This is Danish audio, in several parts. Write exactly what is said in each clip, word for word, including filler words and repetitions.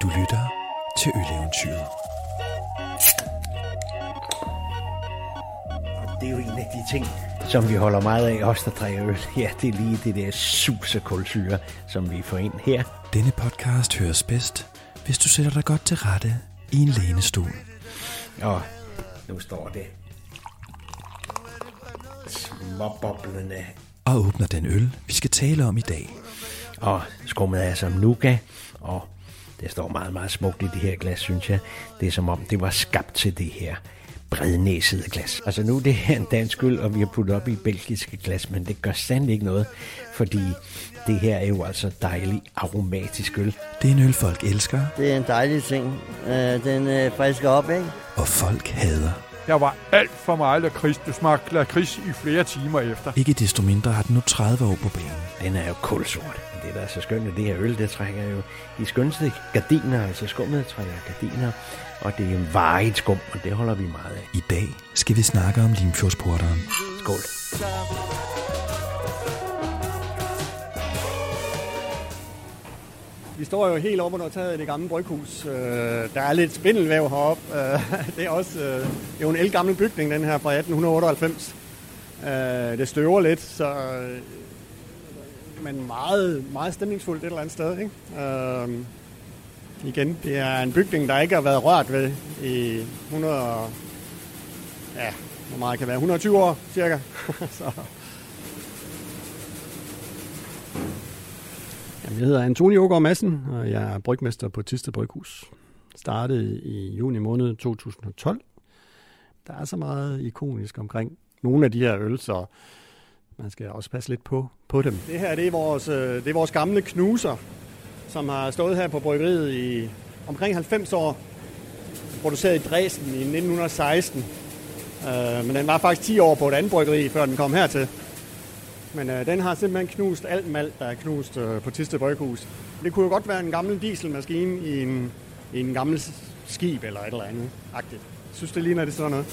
Du lytter til Øleventyret. Det er jo en af de ting, som vi holder meget af, os der drikker øl. Ja, det er lige det der sus af kulsyre, som vi får ind her. Denne podcast høres bedst, hvis du sætter dig godt til rette i en lænestol. Og nu står det småboblende. Og åbner den øl, vi skal tale om i dag. Og skummet er som nougat, og det står meget, meget smukt i det her glas, synes jeg. Det er som om, det var skabt til det her brednæsede glas. Altså nu er det her en dansk øl, og vi har puttet op i belgiske glas, men det gør sandelig ikke noget, fordi det her er jo altså dejlig aromatisk øl. Det er en øl, folk elsker. Det er en dejlig ting. Den frisker op, ikke? Og folk hader. Der var alt for meget lakrids. Det smagte lakrids i flere timer efter. Ikke desto mindre har den nu tredive år på banen. Den er jo kulsort. Det, der er så skønt, det her øl, det trækker jo de skønste gardiner, altså skummet trækker gardiner, og det er en varigt skum, og det holder vi meget af. I dag skal vi snakke om Limfjordsporteren. Skål. Vi står jo helt oppe under taget i det gamle bryghus. Der er lidt spindelvæv heroppe. Det er også det er jo en ældgammel bygning, den her fra atten otteoghalvfems. Det støver lidt, så men meget, meget stemningsfuldt et eller andet sted, ikke? Uh, igen, det er en bygning, der ikke har været rørt ved i hundrede, ja, hvor meget kan være, et hundrede og tyve år cirka. Så. Jamen, jeg hedder Antonio Ågaard Madsen, og jeg er brygmester på Thisted Bryghus. Startede i juni måned to tusind og tolv. Der er så meget ikonisk omkring nogle af de her øl, så man skal også passe lidt på, på dem. Det her det er, vores, det er vores gamle knuser, som har stået her på bryggeriet i omkring halvfems år. Produceret i Dresden i nitten seksten. Uh, men den var faktisk ti år på et andet bryggeri, før den kom hertil. Men uh, den har simpelthen knust alt malt, der er knust uh, på Thisted Bryghus. Det kunne jo godt være en gammel dieselmaskine i en, i en gammel skib eller et eller andet agtigt. Jeg synes, det ligner det sådan noget.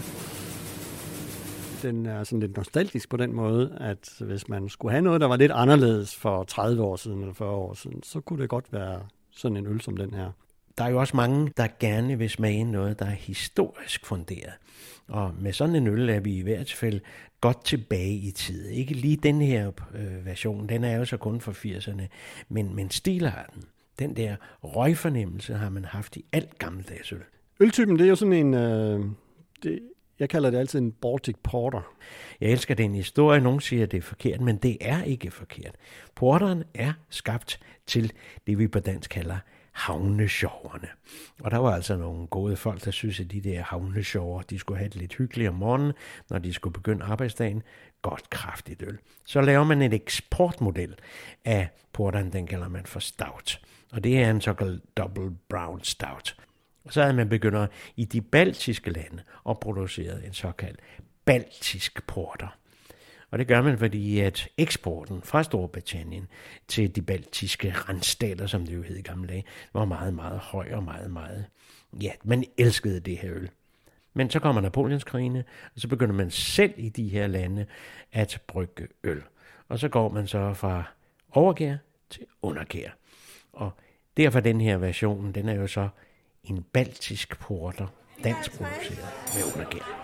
Den er sådan lidt nostalgisk på den måde, at hvis man skulle have noget, der var lidt anderledes for tredive år siden eller fyrre år siden, så kunne det godt være sådan en øl som den her. Der er jo også mange, der gerne vil smage noget, der er historisk funderet. Og med sådan en øl er vi i hvert fald godt tilbage i tid. Ikke lige den her øh, version, den er jo så kun fra firserne, men, men stilarten, den der røgfornemmelse har man haft i alt gammeldags øl. Øltypen, det er jo sådan en... Øh, det Jeg kalder det altid en Baltic Porter. Jeg elsker den historie. Nogen siger, at det er forkert, men det er ikke forkert. Porteren er skabt til det, vi på dansk kalder havnesjoverne. Og der var altså nogle gode folk, der synes, at de der havnesjover, de skulle have det lidt hyggeligt om morgenen, når de skulle begynde arbejdsdagen. Godt kraftigt øl. Så laver man en eksportmodel af porteren, den kalder man for stout. Og det er en såkaldt double brown stout. Og så havde man begyndt i de baltiske lande og produceret en såkaldt baltisk porter. Og det gør man, fordi at eksporten fra Storbritannien til de baltiske randstater, som det jo hed i gamle dage, var meget, meget høj og meget, meget... Ja, man elskede det her øl. Men så kommer Napoleonskrigene, og så begynder man selv i de her lande at brygge øl. Og så går man så fra overgær til undergær. Og derfor den her version, den er jo så en baltisk porter, dansk produceret med undergær.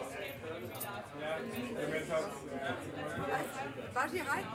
Bare sig hej.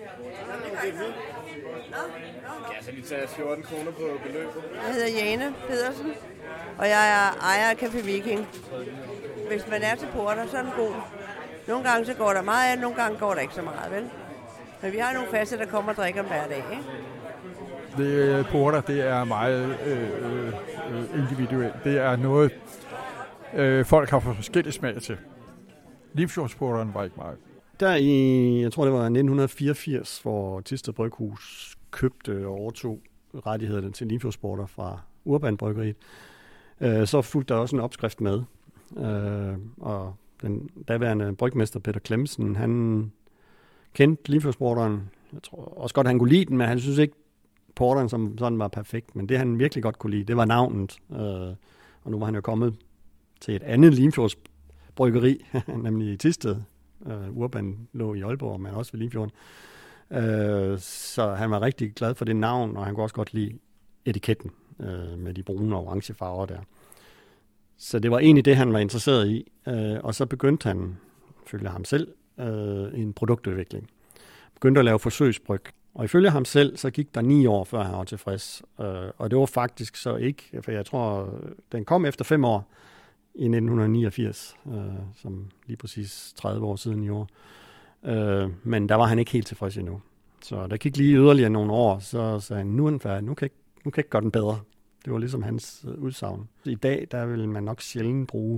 Kan jeg så lige tage fjorten kroner på beløbet? Jeg hedder Jane Pedersen, og jeg er ejer af Café Viking. Hvis man er til porter, så er den god. Nogle gange så går der meget af, nogle gange går der ikke så meget, vel? Men vi har nogle faste, der kommer og drikker om hver dag, ikke? Det porter, det er meget øh, øh, individuelt. Det er noget, øh, folk har for forskellige smag til. Limfjordsporteren var ikke meget. Der i, jeg tror det var nitten fireogfirs, hvor Thisted Bryghus købte og overtog rettighederne til Limfjordsporter fra Urban Bryggeriet, øh, så fulgte der også en opskrift med. Øh, og den daværende brygmester Peter Clemmensen, han kendte Limfjordsporteren. Jeg tror også godt, han kunne lide den, men han synes ikke, porteren som sådan var perfekt. Men det, han virkelig godt kunne lide, det var navnet. Øh, og nu var han jo kommet til et andet Limfjordsbryggeri, nemlig i Thisted. Uh, Urban lå i Aalborg, men også ved Limfjorden. Uh, så han var rigtig glad for det navn, og han kunne også godt lide etiketten. øh, med de brune og orange farver der. Så det var egentlig det, han var interesseret i. Øh, og så begyndte han, ifølge ham selv, øh, en produktudvikling. Begyndte at lave forsøgsbryg. Og ifølge ham selv, så gik der ni år, før han var tilfreds. Øh, og det var faktisk så ikke, for jeg tror, den kom efter fem år i nitten niogfirs, øh, som lige præcis tredive år siden i år. Øh, men der var han ikke helt tilfreds endnu. Så der gik lige yderligere nogle år, så sagde han, nu er den færdig, nu kan jeg ikke, nu kan jeg ikke gøre den bedre. Det var ligesom hans øh, udsagn. I dag, der vil man nok sjældent bruge,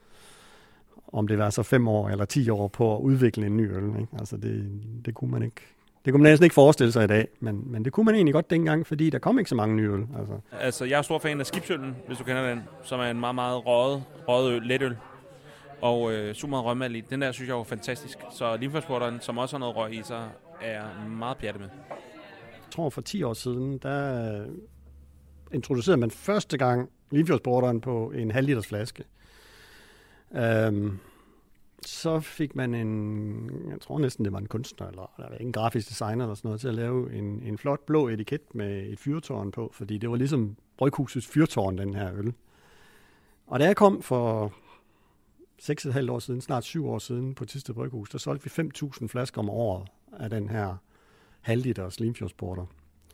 om det var så fem år eller ti år på at udvikle en ny øl. Ikke? Altså det, det kunne man ikke. Det kunne man næsten ikke forestille sig i dag, men, men det kunne man egentlig godt dengang, fordi der kom ikke så mange nye øl. Altså, altså jeg er stor fan af skibsøllen, hvis du kender den, som er en meget, meget røget, røget øl, letøl. Og øh, super meget røgmalt i. Den der synes jeg var fantastisk. Så Limfjordsporteren, som også har noget røg i sig, er meget pjatte med. Jeg tror for ti år siden, der introducerede man første gang Limfjordsporteren på en halv liters flaske. Um, så fik man en, jeg tror næsten det var en kunstner, eller, eller en grafisk designer eller sådan noget, til at lave en, en flot blå etiket med et fyrtårn på, fordi det var ligesom Bryghusets fyrtårn, den her øl. Og da jeg kom for seks og et halvt år siden, snart syv år siden på Thisted Bryghus, der solgte vi fem tusind flasker om året af den her halvliters Limfjordsporter.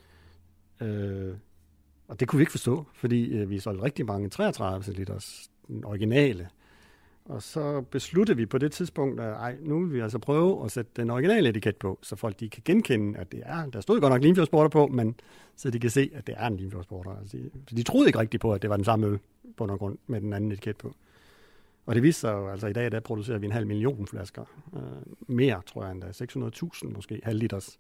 Øh, og det kunne vi ikke forstå, fordi øh, vi solgte rigtig mange treogtredive liters, den originale. Og så besluttede vi på det tidspunkt, at ej, nu vil vi altså prøve at sætte den originale etiket på, så folk de kan genkende, at det er, der stod godt nok Limfjordsporter på, men så de kan se, at det er en Limfjordsporter. Altså, de, de troede ikke rigtigt på, at det var den samme øl på noget grund med den anden etiket på. Og det viste sig jo, altså i dag, der producerer vi en halv million flasker. Øh, mere, tror jeg endda. seks hundrede tusind måske, halv liters.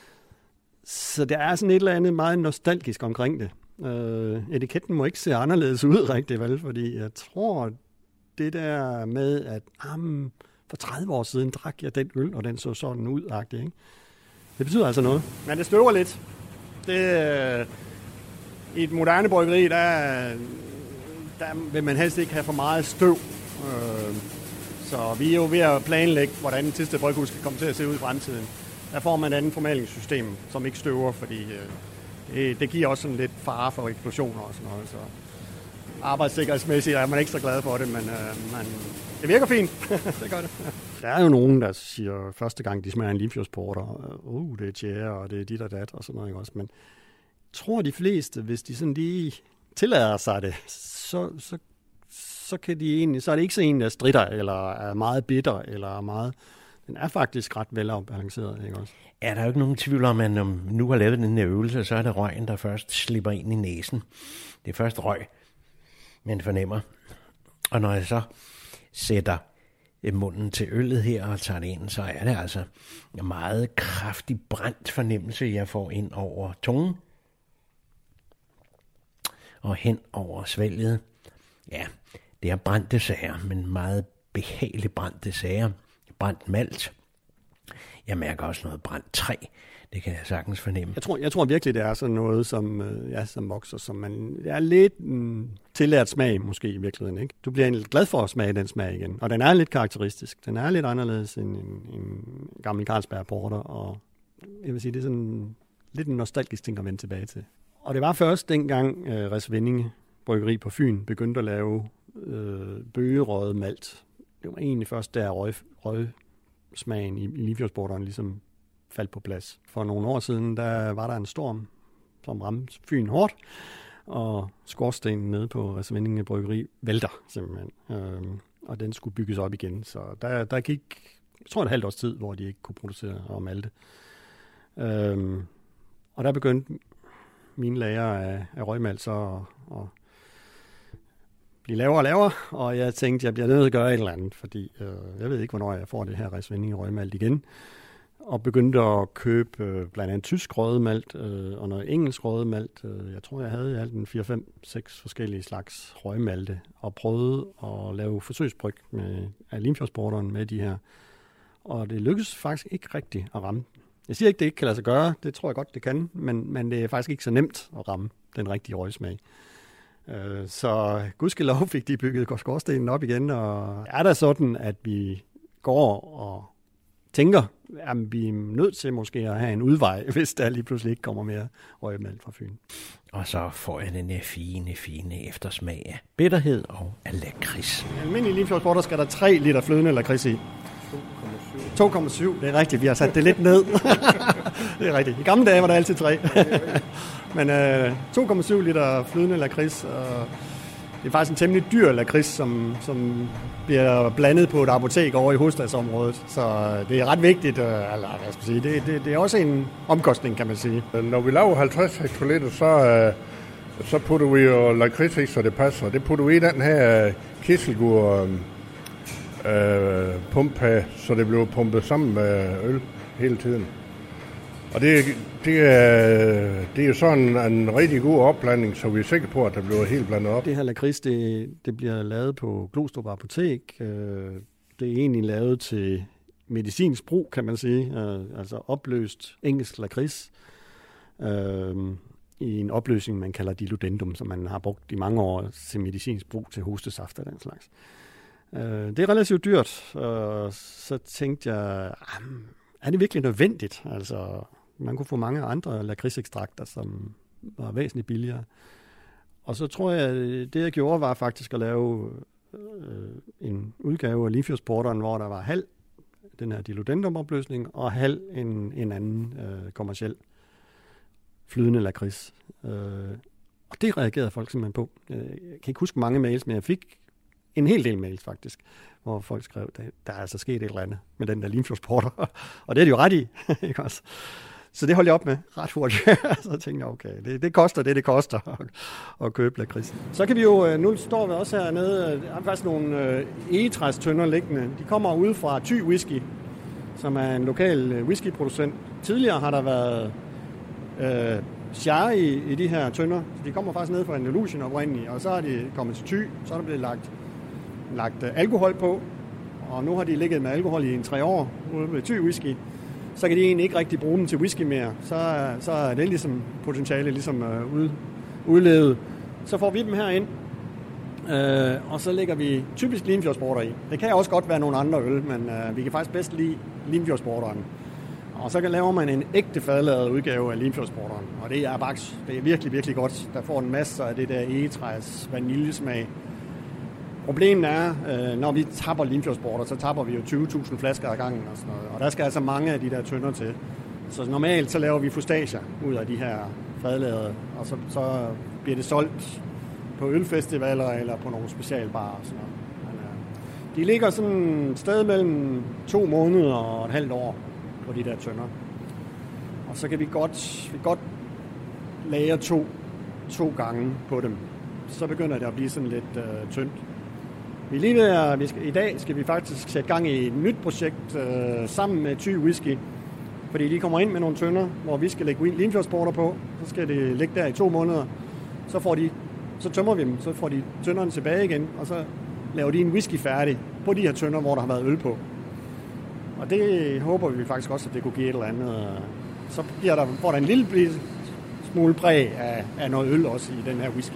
Så der er sådan et eller andet meget nostalgisk omkring det. Øh, etiketten må ikke se anderledes ud rigtigt, vel? Fordi jeg tror, det der med, at um, for tredive år siden drak jeg den øl, og den så sådan ud, ikke? Det betyder altså noget. Men det støver lidt. Det, øh, i et moderne bryggeri, der, der vil man helst ikke have for meget støv. Øh, så vi er jo ved at planlægge, hvordan Thisted Bryghus skal komme til at se ud i fremtiden. Der får man et andet formalingssystem, som ikke støver, fordi øh, det, det giver også sådan lidt fare for eksplosioner og sådan noget. Så arbejdssikkerhedsmæssigt er man ikke så glad for det, men øh, man, det virker fint. Det gør det. Der er jo nogen, der siger første gang, de smager en Limfjordsporter, uh, det er tjære, og det er dit og dat og sådan noget, ikke også? Men jeg tror de fleste, hvis de sådan lige tillader sig det, så, så, så kan de egentlig, så er det ikke så en, der stritter, eller er meget bitter, eller er meget. Den er faktisk ret velafbalanceret, ikke også? Er der jo ikke nogen tvivl om, at når man nu har lavet den her øvelse, så er det røgen, der først slipper ind i næsen. Det er først røg, man fornemmer. Og når jeg så sætter munden til øllet her og tager det ind, så er det altså en meget kraftig brændt fornemmelse, jeg får ind over tungen og hen over svælget. Ja, det er brændte sager, men meget behageligt brændte sager. Brændt malt. Jeg mærker også noget brændt træ. Det kan jeg sagtens fornemme. Jeg tror, jeg tror virkelig, det er sådan noget, som, ja, som vokser, som man det er lidt en tillært smag, måske i virkeligheden. Ikke? Du bliver egentlig glad for at smage den smag igen. Og den er lidt karakteristisk. Den er lidt anderledes end en, en gammel Carlsberg Porter. Og jeg vil sige, det er sådan lidt en nostalgisk ting at vende tilbage til. Og det var først dengang uh, Resvendinge Bryggeri på Fyn begyndte at lave uh, bøgerøget malt. Det var egentlig først der røg, røgsmagen i, i Limfjordsporteren ligesom faldt på plads. For nogle år siden, der var der en storm, som ramte Fyn hårdt, og skorstenen nede på Resvendinge Bryggeri vælter simpelthen. Øhm, og den skulle bygges op igen. Så der, der gik, jeg tror et halvt års tid, hvor de ikke kunne producere og malte. Øhm, og der begyndte mine lager af, af røgmalt så at blive lavere og lavere, og jeg tænkte, jeg bliver nødt til at gøre et eller andet, fordi øh, jeg ved ikke, hvornår jeg får det her Resvendinge røgmalt igen. Og begyndte at købe øh, blandt andet tysk rødmalt øh, og noget engelsk rødmalt. Øh, jeg tror, jeg havde i alt en fire, fem, seks forskellige slags røgmalte, og prøvede at lave forsøgsbryg med af Limfjordsporteren med de her. Og det lykkedes faktisk ikke rigtigt at ramme. Jeg siger ikke, det ikke kan lade sig gøre, det tror jeg godt, det kan, men, men det er faktisk ikke så nemt at ramme den rigtige røgsmag. Øh, så gudskelov fik de bygget skorstenen op igen, og er der sådan, at vi går og tænker, at vi er nødt til måske at have en udvej, hvis der lige pludselig ikke kommer mere røgmalt fra Fyn. Og så får jeg den her fine, fine eftersmag af bitterhed og af lakrids. I almindelig Limfjordsporter skal der tre liter flydende lakrids i. to komma syv, det er rigtigt. Vi har sat det lidt ned. Det er rigtigt. I gamle dage var der altid tre. Men øh, to komma syv liter flydende lakrids, og det er faktisk en temmelig dyr lakrids, som, som bliver blandet på et apotek over i hovedstadsområdet. Så det er ret vigtigt, øh, eller hvad skal sige, det, det, det er også en omkostning, kan man sige. Når vi laver halvtreds hektoliter, så, øh, så putter vi jo lakrids i, så det passer. Det putter vi i den her øh, kisselgur øh, pumpe, så det bliver pumpet sammen med øl hele tiden. Og det, det, er, det er jo sådan en rigtig god opblanding, så vi er sikre på, at det bliver helt blandet op. Det her lakrids, det, det bliver lavet på Glostrup Apotek. Det er egentlig lavet til medicinsk brug, kan man sige. Altså opløst engelsk lakrids i en opløsning, man kalder diludendum, som man har brugt i mange år til medicinsk brug til hostesaft og den slags. Det er relativt dyrt, og så tænkte jeg, er det virkelig nødvendigt? Altså, man kunne få mange andre lakridsekstrakter, som var væsentligt billigere. Og så tror jeg, det jeg gjorde, var faktisk at lave øh, en udgave af Limfjordsporteren, hvor der var halv den her diludendum-opløsning, og halv en, en anden øh, kommerciel flydende lakrids. Øh, og det reagerede folk simpelthen på. Jeg kan ikke huske mange mails, men jeg fik en hel del mails faktisk, hvor folk skrev, der, der er altså sket et eller andet med den der Limfjordsporter. Og det er de jo ret i. Ikke også? Så det holdt jeg op med ret hurtigt. Så tænkte jeg, okay, det, det koster det, det koster at, at købe lakrids. Så kan vi jo, nu står vi også hernede, der er faktisk nogle egetræstønder liggende. De kommer ude fra Thy Whisky, som er en lokal whiskyproducent. Tidligere har der været øh, sherry i, i de her tønder. Så de kommer faktisk ned fra Andalusien oprindeligt, og så er de kommet til Thy, så er der blevet lagt, lagt alkohol på, og nu har de ligget med alkohol i en tre år ude ved Thy Whisky. Så kan de egentlig ikke rigtig bruge dem til whisky mere. Så, så er det ligesom potentiale ligesom uh, ud, udlevet. Så får vi dem her ind, uh, og så lægger vi typisk Limfjordsporter i. Det kan også godt være nogle andre øl, men uh, vi kan faktisk bedst lide Limfjordsporteren. Og så kan laver man en ægte fadladet udgave af Limfjordsporteren. Og det er baks. Det er virkelig, virkelig godt. Der får en masse af det der egetræs vaniljesmag. Problemet er, øh, når vi tapper Limfjordsporter, så tapper vi jo tyve tusind flasker ad gangen og sådan noget. Og der skal altså mange af de der tønder til. Så normalt så laver vi fustager ud af de her fadlavede, og så, så bliver det solgt på ølfestivaler eller på nogle specialbarer og sådan noget. Men, øh, de ligger sådan et sted mellem to måneder og et halvt år på de der tønder. Og så kan vi godt, vi godt lagre to, to gange på dem. Så begynder det at blive sådan lidt øh, tyndt. Vi lige ved, at vi skal, i dag skal vi faktisk sætte gang i et nyt projekt øh, sammen med Thy Whisky. Fordi de kommer ind med nogle tønder, hvor vi skal lægge Limfjordsporter på. Så skal det ligge der i to måneder. Så, får de, så tømmer vi dem, så får de tønderne tilbage igen. Og så laver de en whisky færdig på de her tønder, hvor der har været øl på. Og det håber vi faktisk også, at det kunne give et eller andet. Så bliver der, får der en lille smule præg af, af noget øl også i den her whisky.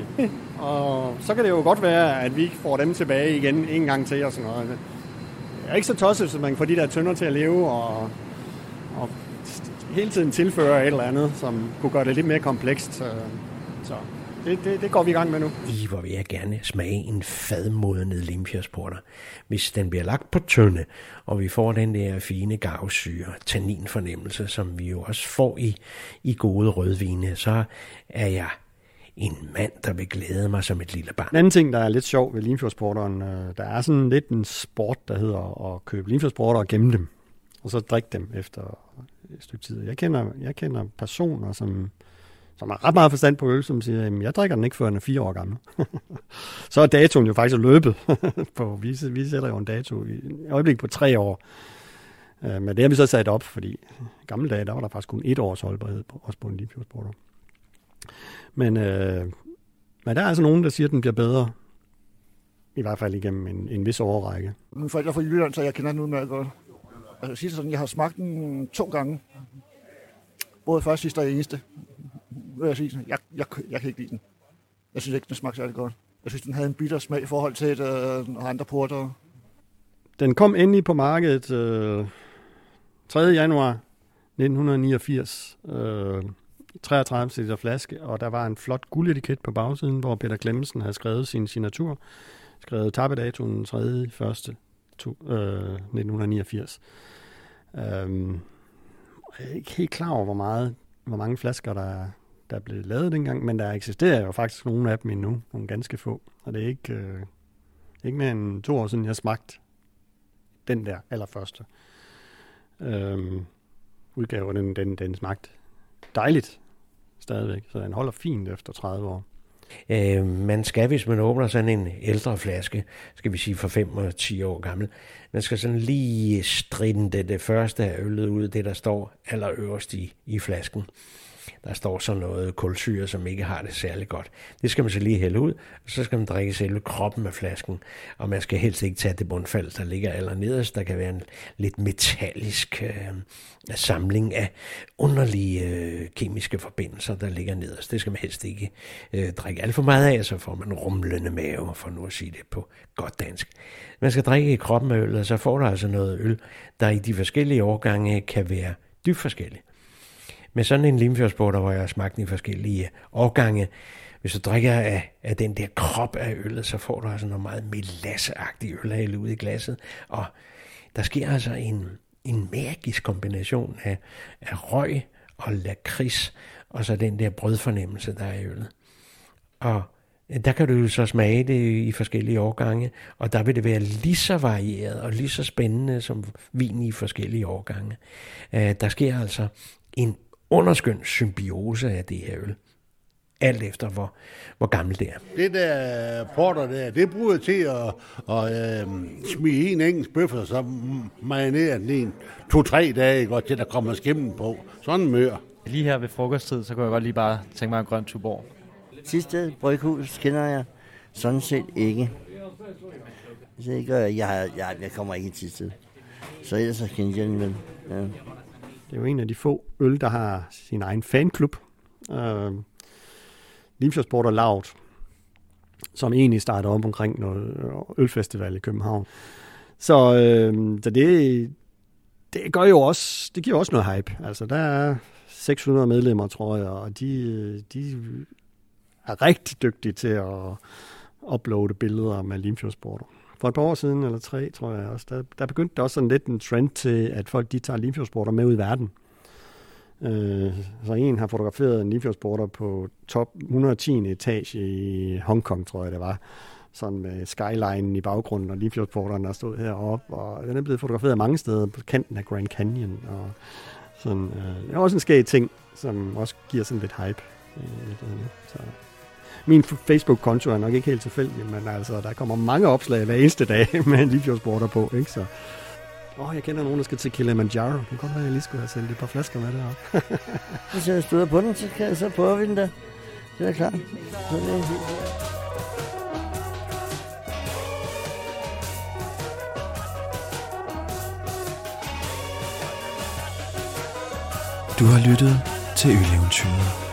Og så kan det jo godt være, at vi får dem tilbage igen en gang til og sådan noget. Det er ikke så tosset, så man kan få de der tønder til at leve og, og hele tiden tilføre et eller andet, som kunne gøre det lidt mere komplekst. Så, så det, det, det går vi i gang med nu. I hvor vil jeg gerne smage en fadmodnet Limfjordsporter. Hvis den bliver lagt på tønde, og vi får den der fine garvesyre, tanninfornemmelse, som vi jo også får i, i gode rødvine, så er jeg en mand, der vil glæde mig som et lille barn. En anden ting, der er lidt sjov ved Limfjordsporteren, der er sådan lidt en sport, der hedder at købe Limfjordsporter og gemme dem, og så drikke dem efter et stykke tid. Jeg kender, jeg kender personer, som som har ret meget forstand på øl, som siger, at jeg drikker den ikke før den er fire år gammel. Så er datoen jo faktisk løbet. på, vi, vi sætter jo en dato i et øjeblik på tre år. Uh, men det har vi så sat op, fordi i gamle dage, der var der faktisk kun et års holdbarhed, på, også på en Limfjordsporter. Men, uh, men der er altså nogen, der siger, at den bliver bedre. I hvert fald igennem en, en vis overrække. Mine forældre er fra Jylland, så jeg kender den udmærket godt. Altså, siger sådan, jeg har smagt den to gange. Både først, sidste og eneste. Jeg, sige, jeg, jeg, jeg kan ikke lide den. Jeg synes ikke, den smagte særlig godt. Jeg synes, den havde en bitter smag i forhold til et, øh, andre porter. Den kom endelig på markedet øh, tredje januar nitten niogfirs, øh, treogtredive liter flaske, og der var en flot guldetiket på bagsiden, hvor Peter Clemmensen havde skrevet sin signatur, skrevet tappedatoen tredje første øh, nitten niogfirs. Øhm, jeg er ikke helt klar over, hvor, meget, hvor mange flasker, der, der blev lavet dengang, men der eksisterer jo faktisk nogle af dem endnu, nogle ganske få, og det er ikke, øh, ikke mere end to år siden, jeg smagte den der allerførste øhm, udgave, den, den, den smagte dejligt stadigvæk, så den holder fint efter tredive år. Øh, man skal, hvis man åbner sådan en ældre flaske, skal vi sige for fem og ti år gammel, man skal sådan lige strinde det første af øllet ud, det der står allerøverst i, i flasken. Der står så noget kulsyre, som ikke har det særlig godt. Det skal man så lige hælde ud, og så skal man drikke selve kroppen af flasken. Og man skal helst ikke tage det bundfald, der ligger allernederst. Der kan være en lidt metallisk øh, samling af underlige øh, kemiske forbindelser, der ligger nederst. Det skal man helst ikke øh, drikke alt for meget af, så får man rumlende mave, for nu at sige det på godt dansk. Man skal drikke i kroppen af øllet, og så får der altså noget øl, der i de forskellige årgange kan være dybt forskellige. Med sådan en Limfjordsporter, hvor jeg har smagt i forskellige årgange, hvis du drikker af, af den der krop af øllet, så får du altså noget meget melasseagtigt øl ud i glasset. Og der sker altså en, en magisk kombination af, af røg og lakrids, og så den der brødfornemmelse, der er i øllet. Og der kan du jo så smage det i forskellige årgange, og der vil det være lige så varieret og lige så spændende som vin i forskellige årgange. Der sker altså en underskøn symbiose af det her øl, alt efter hvor, hvor gammelt det er. Det der porter der, det bruger til at, at øh, smide en engelsk bøf, og så marinere den en to-tre dage, godt til der kommer skimmen på. Sådan en mør. Lige her ved frokosttid, så kunne jeg godt lige bare tænke mig en grøn Tuborg. Sidste bryghus kender jeg sådan set ikke. Så det gør jeg. Jeg, jeg, jeg kommer ikke i Thisted. Så ellers så kender jeg den vel. Ja. Det er jo en af de få øl, der har sin egen fanklub. Øh, Limfjordsporter Loud, som egentlig starter op omkring noget ølfestival i København. Så, øh, så det, det gør jo også, det giver også noget hype. Altså, der er seks hundrede medlemmer, tror jeg, og de, de er rigtig dygtige til at uploade billeder med Limfjordsporter. For et par år siden, eller tre, tror jeg også, der, der begyndte der også sådan lidt en trend til, at folk de tager Limfjordsporter med ud i verden. Øh, så en har fotograferet en Limfjordsporter på top et hundrede og tiende etage i Hongkong, tror jeg det var. Sådan med skylinen i baggrunden, og Limfjordsporteren der stod heroppe, og den er blevet fotograferet mange steder på kanten af Grand Canyon. Og sådan, øh, det er også en skæg ting, som også giver sådan lidt hype. Øh, så. Min Facebook-konto er nok ikke helt tilfældig, men altså, der kommer mange opslag hver eneste dag med en Limfjordsporter på, ikke? Så, åh, oh, jeg kender nogen, der skal til Kilimanjaro. Det kan godt være, at jeg lige skulle have sendt et par flasker med deroppe. Hvis jeg støder på den, så, kan, så prøver vi den der. Det er klart. Så er det Du har lyttet til Øleventyret.